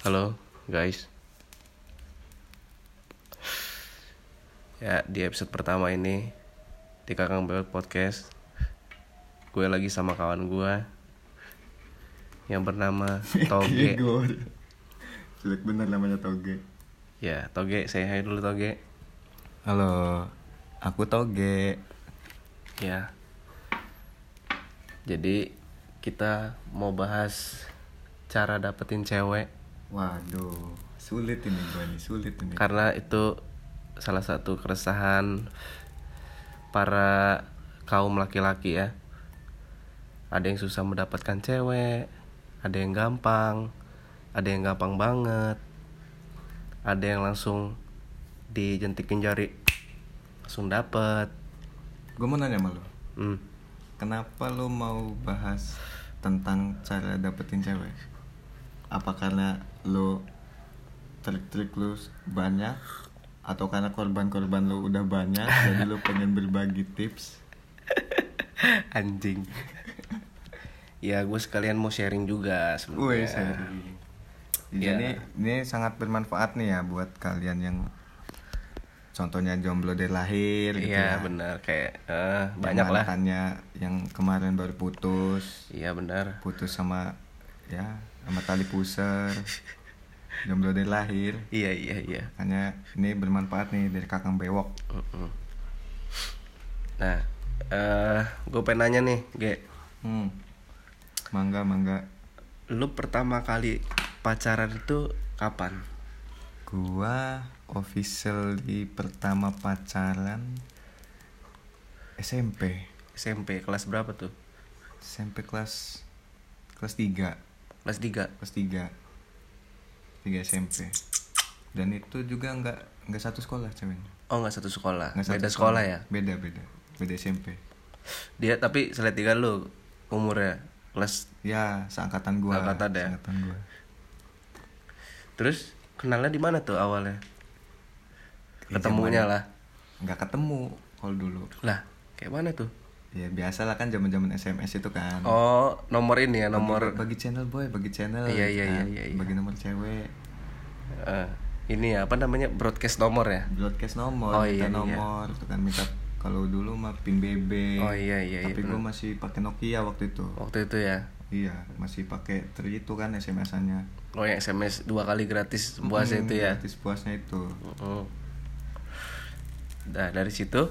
Halo guys. Ya, di episode pertama ini di Kakang Bewot Podcast, gue lagi sama kawan gue yang bernama Toge. Jelek bener namanya Toge. Ya, Toge, say hi dulu Toge. Halo, aku Toge. Ya. Jadi kita mau bahas cara dapetin cewek. Waduh, sulit ini. Karena itu salah satu keresahan para kaum laki-laki ya. Ada yang susah mendapatkan cewek, ada yang gampang banget, ada yang langsung dijentikin jari langsung dapet. Gue mau nanya sama lo, kenapa lo mau bahas tentang cara dapetin cewek? Apa karena lo trik-trik lo banyak, atau karena korban-korban lo udah banyak jadi lo pengen berbagi tips? Anjing. Ya gue sekalian mau sharing juga sebenarnya. Sharing. Ya. Jadi ini sangat bermanfaat nih ya buat kalian yang contohnya jomblo dari lahir gitu Iya ya. benar, kayak banyak lah. Mantannya yang kemarin baru putus. Iya benar. Putus sama tali pusar. Jomblo dari lahir. Iya. Makanya ini bermanfaat nih dari Kakang Bewok. Nah, gue pengen nanya nih, Ge. Mangga. Lu pertama kali pacaran itu kapan? Gua officially pertama pacaran SMP. SMP kelas berapa tuh? SMP kelas 3. Kelas 3. Kelas 3 SMP. Dan itu juga enggak satu sekolah ceweknya. Oh, enggak satu sekolah. Nggak Beda satu sekolah ya? Beda SMP. Dia tapi seletiga lu umurnya kelas Ya, seangkatan gua. Seangkatan ya? Seangkatan gua. Terus kenalnya di mana tuh awalnya? Ketemunya lah. Enggak ketemu kalau dulu. Lah, kayak mana tuh? Ya biasa lah kan zaman-zaman SMS itu kan. Oh, nomor ini ya, nomor bagi channel boy, bagi channel. Iya. Bagi nomor cewek. Ini ya, apa namanya? Broadcast nomor ya? Broadcast nomor, Oh, minta iya. nomor, itu kan minta. Kalau dulu mah pin BB. Oh iya. Tapi gue masih pakai Nokia waktu itu. Waktu itu ya. Iya, masih pakai itu kan SMS-annya. Oh ya, SMS 2 kali gratis puasnya itu ya. Gratis puasnya itu. Nah, dari situ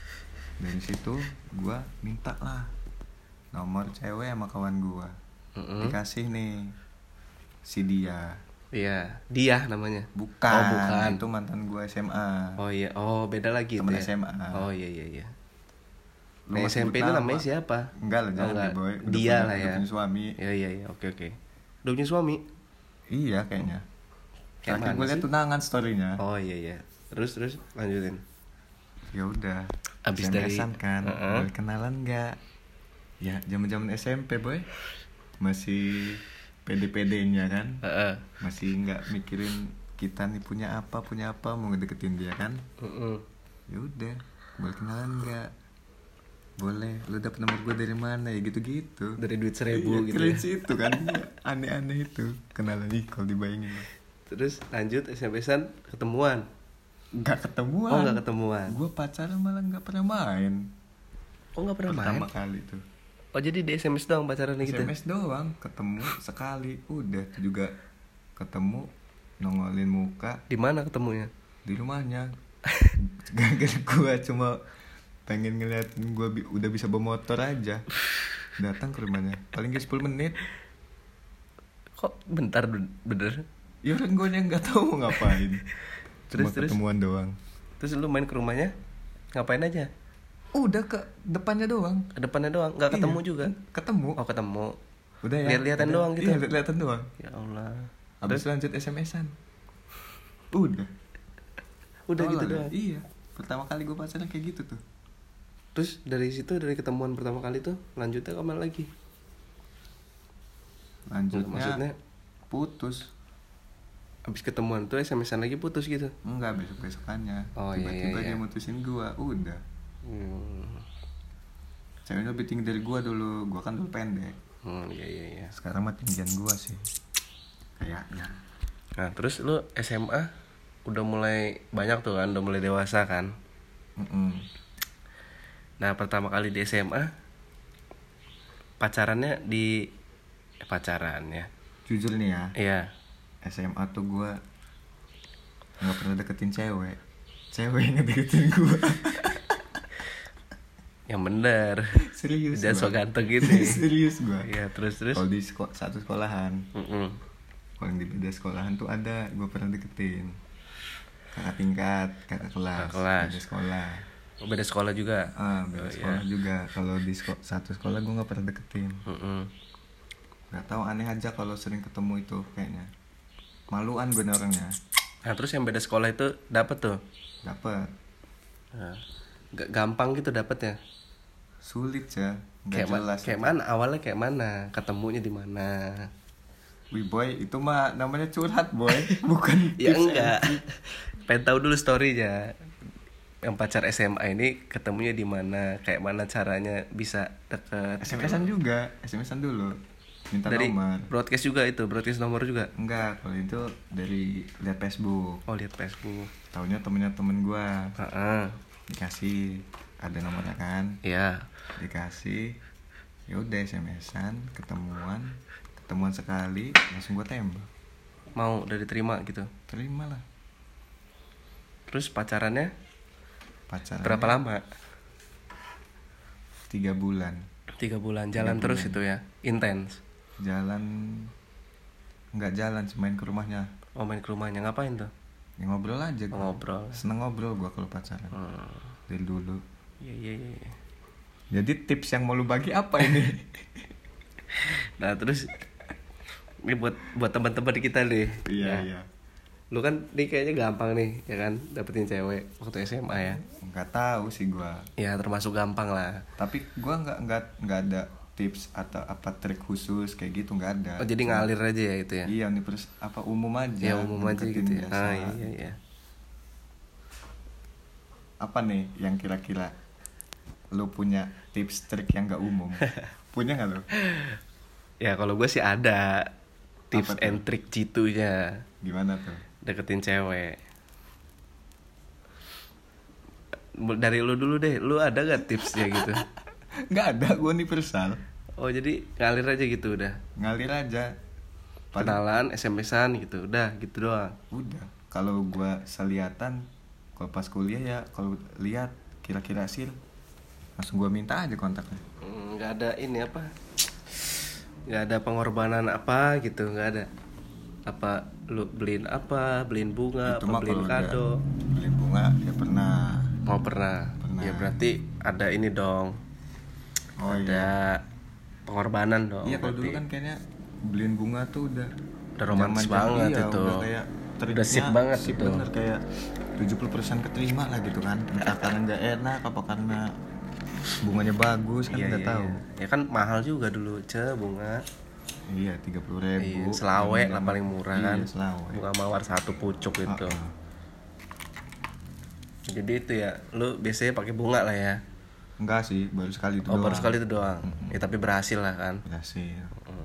gue minta lah nomor cewek sama kawan gue. Dikasih nih si dia. Iya, dia namanya. Bukan. Oh, bukan. Itu mantan gue SMA. Oh iya, oh beda lagi temen itu ya? SMA. Oh iya. Lu Nah, SMP itu namanya siapa? Enggak lah, jangan enggak. boy. Dia lah ya. Udah punya suami. Iya, oke. Udah punya suami? Iya kayaknya. Kayak Terakhir gue liat tunangan story-nya. Oh iya. Terus lanjutin. Ya udah. Abis dari kan, boleh kenalan nggak? Ya zaman SMP boy, masih pede-pedenya kan, masih nggak mikirin kita nih punya apa mau ngedeketin dia kan. Ya udah, boleh kenalan nggak? Boleh. Lu dapet nomor gue dari mana ya, gitu-gitu. Dari duit 1.000 iya, gitu ya. ya. Itu kan aneh-aneh itu kenalan nih kalau dibayangin. Terus lanjut SMP-san ketemuan. Nggak ketemuan. Oh, nggak ketemuan. Gue pacaran malah nggak pernah main. Oh, nggak pernah main. Pertama kali tuh. Oh, jadi di SMS doang pacaran gitu. SMS doang, ketemu sekali, udah itu juga ketemu nongolin muka. Di mana ketemunya? Di rumahnya. Gara-gara gue cuma pengen ngeliatin gue udah bisa bawa motor aja. Datang ke rumahnya, paling gak 10 menit. Kok bentar bener? Ya kan gue yang nggak tahu mau ngapain. Cuma Terus ketemuan doang. Terus lu main ke rumahnya ngapain aja? Udah ke depannya doang. Ke depannya doang, nggak ketemu juga? Ketemu. Oh, ketemu. Udah ya. Lihat-lihatan doang gitu. Iya, lihat-lihatan doang. Ya Allah. Habis lanjut SMS-an. Udah gitu doang. Iya. Pertama kali gue pacaran kayak gitu tuh. Terus dari situ, dari ketemuan pertama kali tuh lanjutnya kemana lagi? Lanjutnya Maksudnya putus. abis ketemuan tuh SMS-an lagi putus gitu? Enggak, besok-besokannya. Oh, tiba-tiba iya. dia mutusin gua, udah. Ceweknya lebih tinggi dari gua dulu, gua kan dulu pendek. Iya. Sekarang mah tinggian gua sih, kayaknya. Nah terus lu SMA udah mulai banyak tuh kan, udah mulai dewasa kan. Nah pertama kali di SMA pacarannya pacarannya jujur nih ya, iya, SMA tuh gue nggak pernah deketin cewek yang ngedeketin gue. yang bener. Serius dia so ganteng gitu. Serius gue. Iya terus kalau di satu sekolahan, kalau yang di beda sekolahan tuh ada gue pernah deketin kakak tingkat, kakak kelas. Beda sekolah. Oh, beda sekolah juga. Beda sekolah juga. Kalau di satu sekolah gue nggak pernah deketin. Nggak tahu, aneh aja kalau sering ketemu itu kayaknya. Maluan gue orangnya. Nah terus yang beda sekolah itu dapet tuh? Dapet. Nah, gampang gitu dapetnya? Sulit ya. Nggak jelas. Kayak mana? Awalnya kayak mana? Ketemunya di mana? Wih boy, itu mah namanya curhat boy, bukan. Ya enggak. Pengen tahu dulu story-nya. Yang pacar SMA ini ketemunya di mana? Kayak mana caranya bisa deket? SMS-an juga, SMS-an dulu. Minta dari nomor. Broadcast juga itu, broadcast nomor juga? Enggak, kalau itu dari lihat Facebook. Oh, lihat Facebook. Taunya temennya temen gua. Dikasih, ada nomornya kan? Iya. Dikasih. Ya udah SMS-an, ketemuan sekali, langsung gua tembak. Mau udah diterima gitu? Terima lah. Terus pacarannya berapa lama? 3 bulan. 3 bulan jalan terus itu ya, intens. Nggak jalan, main ke rumahnya. Oh, main ke rumahnya, ngapain tuh? Ya ngobrol aja gua. Ngobrol. Seneng ngobrol gua kalau pacaran. Dari dulu. Iya. Jadi tips yang mau lu bagi apa ini? Nah terus ini buat teman-teman kita deh. Iya. Lu kan nih kayaknya gampang nih ya kan dapetin cewek waktu SMA ya? Nggak tahu sih gua. Ya termasuk gampang lah. Tapi gua nggak ada tips atau apa trik khusus kayak gitu, nggak ada. Oh jadi ngalir aja ya itu ya? Iya, umum aja. Ya umum aja gitu ya. Iya. Apa nih yang kira-kira lu punya tips trik yang nggak umum? Punya nggak lu? Ya kalau gue sih ada tips and trick citunya. Gimana tuh? Deketin cewek. Dari lu dulu deh, lu ada gak tipsnya gitu? Nggak ada, gue universal. Oh jadi ngalir aja gitu udah? Ngalir aja. Kenalan, SMS-an gitu, udah gitu doang? Udah, kalau gue selihatan, kalau pas kuliah ya, kalau lihat kira-kira hasil, langsung gue minta aja kontaknya. Nggak ada ini apa? Nggak ada pengorbanan apa gitu, nggak ada. Apa lu beliin bunga, itu apa beliin kado? Beliin bunga ya pernah. Oh pernah. Ya berarti ada ini dong. Oh ada pengorbanan dong. Iya, kalau dulu kan kayaknya beliin bunga tuh udah romantis banget itu. Udah kayak udah sip banget sip itu. Bener, kayak 70% keterima lah gitu kan. Entah karena nggak enak apa karena bunganya bagus kan, nggak tahu. Ya kan mahal juga dulu bunga. Iya, 30.000. Iya, selawek lah paling murah kan. Iya, selawek. Bunga mawar 1 pucuk itu. Jadi itu ya, lu biasanya pakai bunga lah ya? Enggak sih, baru sekali itu doang. Baru sekali itu doang. Ya tapi berhasil lah kan? Berhasil.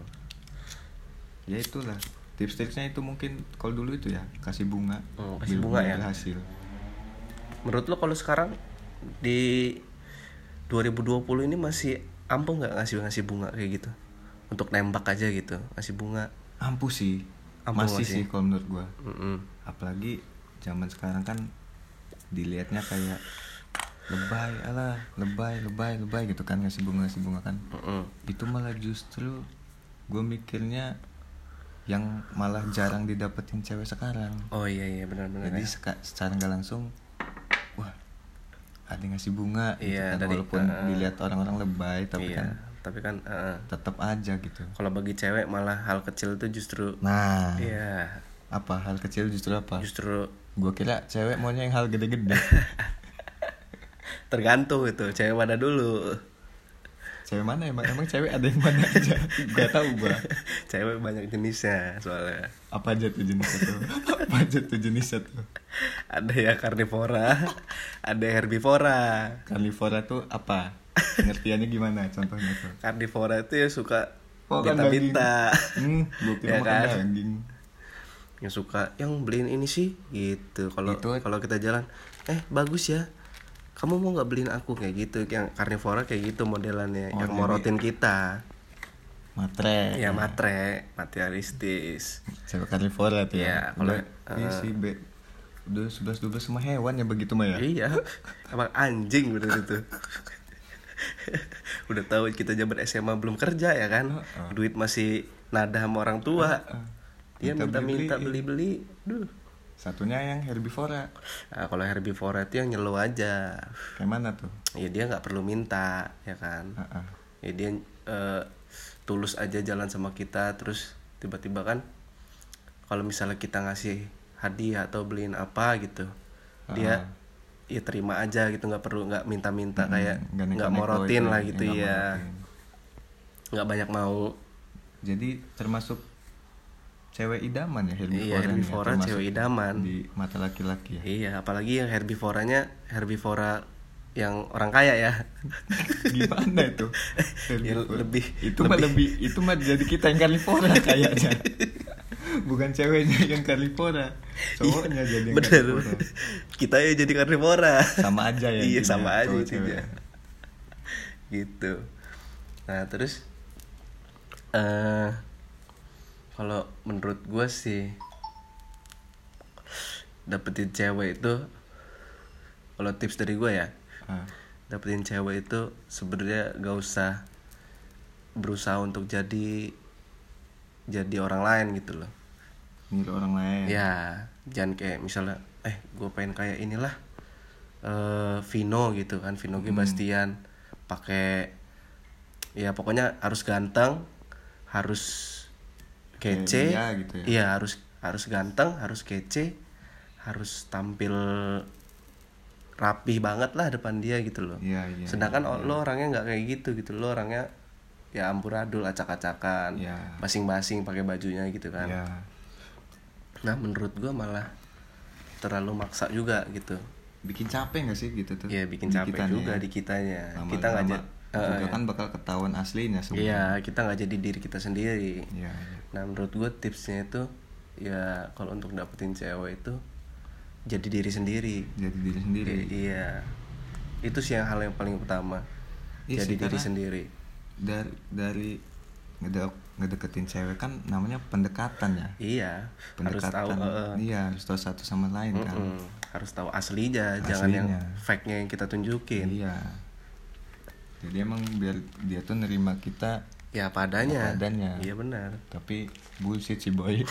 Ya itulah. Tips-tipsnya itu mungkin kalau dulu itu ya, kasih bunga. Kasih bunga ya? Berhasil. Menurut lu kalau sekarang di 2020 ini masih ampuh nggak ngasih bunga kayak gitu? Untuk nembak aja gitu, ngasih bunga. Ampuh sih. Masih sih kalau menurut gua. Apalagi zaman sekarang kan dilihatnya kayak lebay gitu kan, ngasih bunga kan. Itu malah justru gue mikirnya yang malah jarang didapetin cewek sekarang. Oh iya benar-benar. Jadi secara nggak langsung, wah ada ngasih bunga gitu kan. Dari, walaupun dilihat orang-orang lebay tapi kan tetap aja gitu. Kalau bagi cewek malah hal kecil itu justru. Nah. Iya. Apa hal kecil justru apa? Justru gue kira cewek maunya yang hal gede-gede. Tergantung itu cewek mana dulu. Cewek mana emang cewek ada yang mana aja? Gak tahu gue. Cewek banyak jenisnya soalnya. Apa aja tuh jenisnya tuh? Ada ya karnivora, ada herbivora. Karnivora tuh apa? Pengertiannya gimana contohnya tuh? Karnivora itu ya suka binta-binta. Gue kira ya kan? Daging. yang suka yang beliin ini sih gitu. Kalau kita jalan bagus ya, kamu mau nggak beliin aku, kayak gitu. Yang karnivora kayak gitu modelannya, yang morotin kita. Matre. Ya matre, materialistis. Cewek karnivora tuh ya. Kalau sih udah 11-12 sama hewan ya begitu mah ya. Iya. Emang anjing bener itu. Udah tahu kita zaman SMA belum kerja ya kan. Duit masih nada sama orang tua. Dia minta beli. Duh. Satunya yang herbivora. Nah, kalau herbivora itu yang nyelo aja. Kayak mana tuh? Ya dia nggak perlu minta, ya kan. Ya dia tulus aja jalan sama kita. Terus tiba-tiba kan kalau misalnya kita ngasih hadiah atau beliin apa gitu, dia ya terima aja gitu, nggak minta-minta, kayak nggak morotin lah gitu ya, nggak banyak mau. Jadi termasuk cewek idaman ya herbivora. Iya, herbivora cewek idaman di mata laki-laki ya. Iya, apalagi yang herbivoranya herbivora yang orang kaya ya. Gimana itu? Ya, lebih itu mah jadi kita yang karnivora kayaknya. Bukan ceweknya yang karnivora, cowoknya jadi yang karnivora. Kita ya jadi karnivora. Sama aja ya. Iya, sama aja intinya. Gitu. Nah, terus kalau menurut gue sih dapetin cewek itu, kalau tips dari gue ya, dapetin cewek itu sebenarnya gak usah berusaha untuk jadi orang lain gitu loh. Niru orang lain. Ya, jangan kayak misalnya gue pengen kayak inilah Vino gitu kan, Vino G. Bastian, pakai ya pokoknya harus ganteng, harus kece gitu ya. Iya, harus ganteng, harus kece, harus tampil rapi banget lah depan dia gitu loh. Iya. Sedangkan lo orangnya nggak kayak gitu, lo orangnya ya amburadul, acak-acakan, basing-basing pakai bajunya gitu kan. Iya. Nah, menurut gue malah terlalu maksa juga gitu. Bikin capek nggak sih gitu tuh? Iya, bikin capek juga di kitanya. Kita nggak juga kan bakal ketahuan aslinya sebenarnya. Iya, kita nggak jadi diri kita sendiri. Iya. Nah, menurut gue tipsnya itu ya kalau untuk dapetin cewek itu jadi diri sendiri. Iya. Itu sih yang hal yang paling utama. Jadi diri sendiri. Dari ngedeketin cewek kan namanya pendekatan ya. Iya. Pendekatan. Harus tahu satu sama lain kan. Harus tahu aslinya, jangan yang fake-nya yang kita tunjukin. Iya. Jadi emang biar dia tuh nerima kita ya padanya. Iya benar. Tapi bullshit sih boy.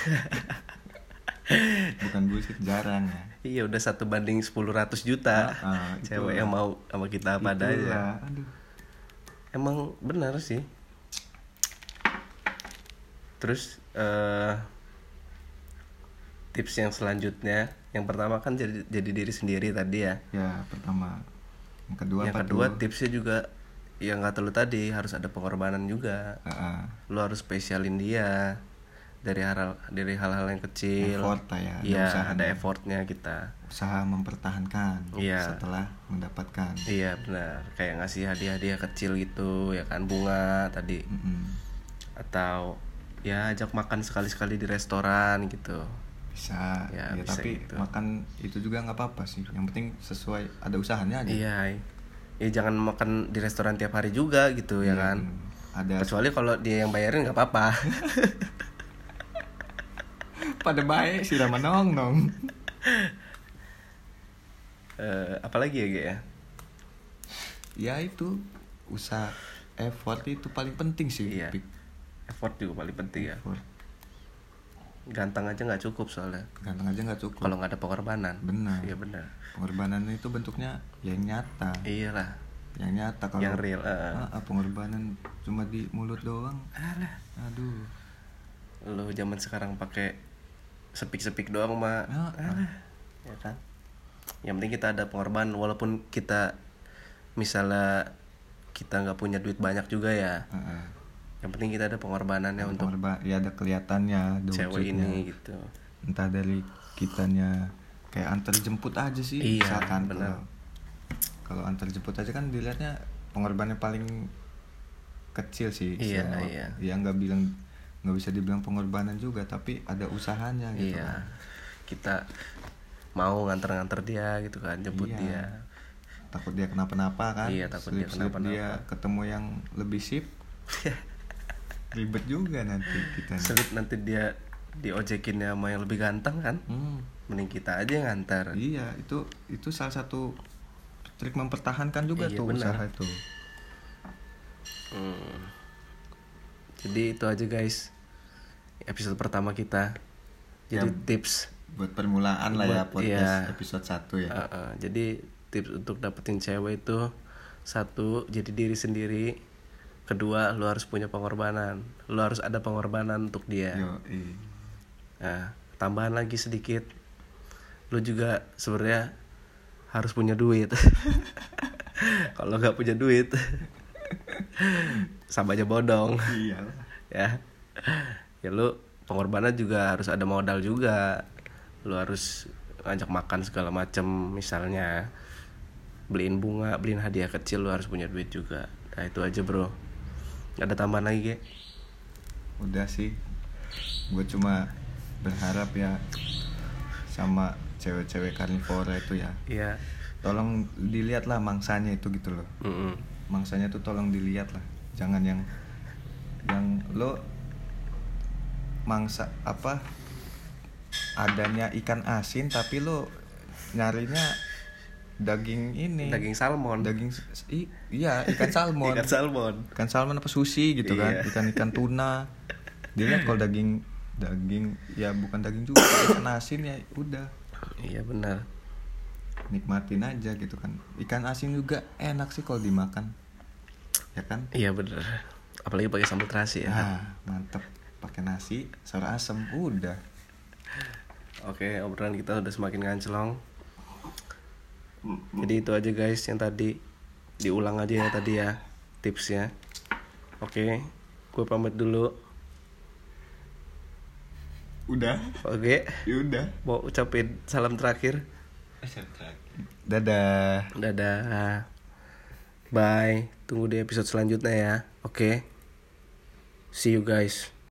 Bukan bullshit, jarang ya. Iya, udah 1:10 juta. Cewek yang mau sama kita apa adanya. Aduh. Emang benar sih. Terus tips yang selanjutnya, yang pertama kan jadi diri sendiri tadi ya. Ya, pertama. Yang kedua tipsnya juga yang kata lu tadi, harus ada pengorbanan juga. Lu harus spesialin dia dari hal-hal yang kecil. Effort ya. Iya, ada effortnya kita. Usaha mempertahankan setelah mendapatkan. Iya benar. Kayak ngasih hadiah-hadiah kecil gitu ya kan, bunga tadi. Atau ya ajak makan sekali-sekali di restoran gitu. Bisa. Ya bisa tapi gitu. Makan itu juga nggak apa-apa sih. Yang penting sesuai, ada usahanya aja. Iya. Ya jangan makan di restoran tiap hari juga gitu ya kan. Ada. Kecuali kalau dia yang bayarin nggak apa-apa. Pada baik sih ramah nong. Apalagi ya ya? Ya itu usaha, effort itu paling penting sih. Iya. Effort juga paling penting ya. Ganteng aja nggak cukup soalnya. Kalau nggak ada pengorbanan. Benar. Iya benar. Pengorbanan itu bentuknya yang nyata. Iyalah. Yang nyata. Kalau yang real. Pengorbanan cuma di mulut doang. Alah. Aduh. Lo zaman sekarang pakai sepik doang mah. Alah. Ya kan. Yang penting kita ada pengorbanan, walaupun kita misalnya kita nggak punya duit banyak juga ya. Yang penting kita ada pengorbanannya untuk ya ada kelihatannya cewek ini gitu. Entah dari kitanya kayak antar jemput aja sih. Iya, misalkan kalau antar jemput aja kan dilihatnya pengorbanannya paling kecil sih. Iya. Ya nggak bilang nggak bisa dibilang pengorbanan juga, tapi ada usahanya gitu. Iya, kita mau nganter dia gitu kan, jemput dia. Takut dia kenapa-napa kan. Iya, takut dia kenapa-napa. Dia ketemu yang lebih sip. Ribet juga nanti kita. Sulit nanti dia diojekinnya sama yang lebih ganteng kan. Mending kita aja yang ngantar. Iya, itu salah satu trik mempertahankan juga tuh bener. Usaha itu. Jadi itu aja guys, episode pertama kita. Jadi tips buat permulaan lah ya podcast episode 1 ya. Jadi tips untuk dapetin cewek itu: 1, jadi diri sendiri. 2, lu harus punya pengorbanan. Lu harus ada pengorbanan untuk dia. Nah, tambahan lagi sedikit, lu juga sebenarnya harus punya duit. Kalau nggak punya duit, sama aja bodong. Ya lu pengorbanan juga harus ada modal juga. Lu harus ngajak makan segala macem, misalnya beliin bunga, beliin hadiah kecil, lu harus punya duit juga. Nah itu aja bro, gak ada tambahan lagi ya? Udah sih, gue cuma berharap ya sama cewek-cewek karnivora itu ya. Iya. Tolong dilihat lah mangsanya itu gitu loh. Mangsanya tuh tolong dilihat lah. Jangan yang lo mangsa apa adanya ikan asin tapi lo nyarinya daging ini, daging salmon, iya ikan salmon. Ikan salmon apa sushi gitu kan, ikan tuna. Dilihat kalau daging ya bukan daging juga, ikan asin ya udah. Iya benar, nikmatin aja gitu kan. Ikan asin juga enak sih kalau dimakan, ya kan? Iya benar, apalagi pakai sambal terasi ya. Mantep, pakai nasi sayur asem udah. Oke, obrolan kita udah semakin nganclong. Jadi itu aja guys yang tadi, diulang aja ya tadi ya tipsnya. Oke, gue pamit dulu. Udah. Oke. Ya udah. Mau ucapin salam terakhir. Dadah. Bye. Tunggu di episode selanjutnya ya. Oke. See you guys.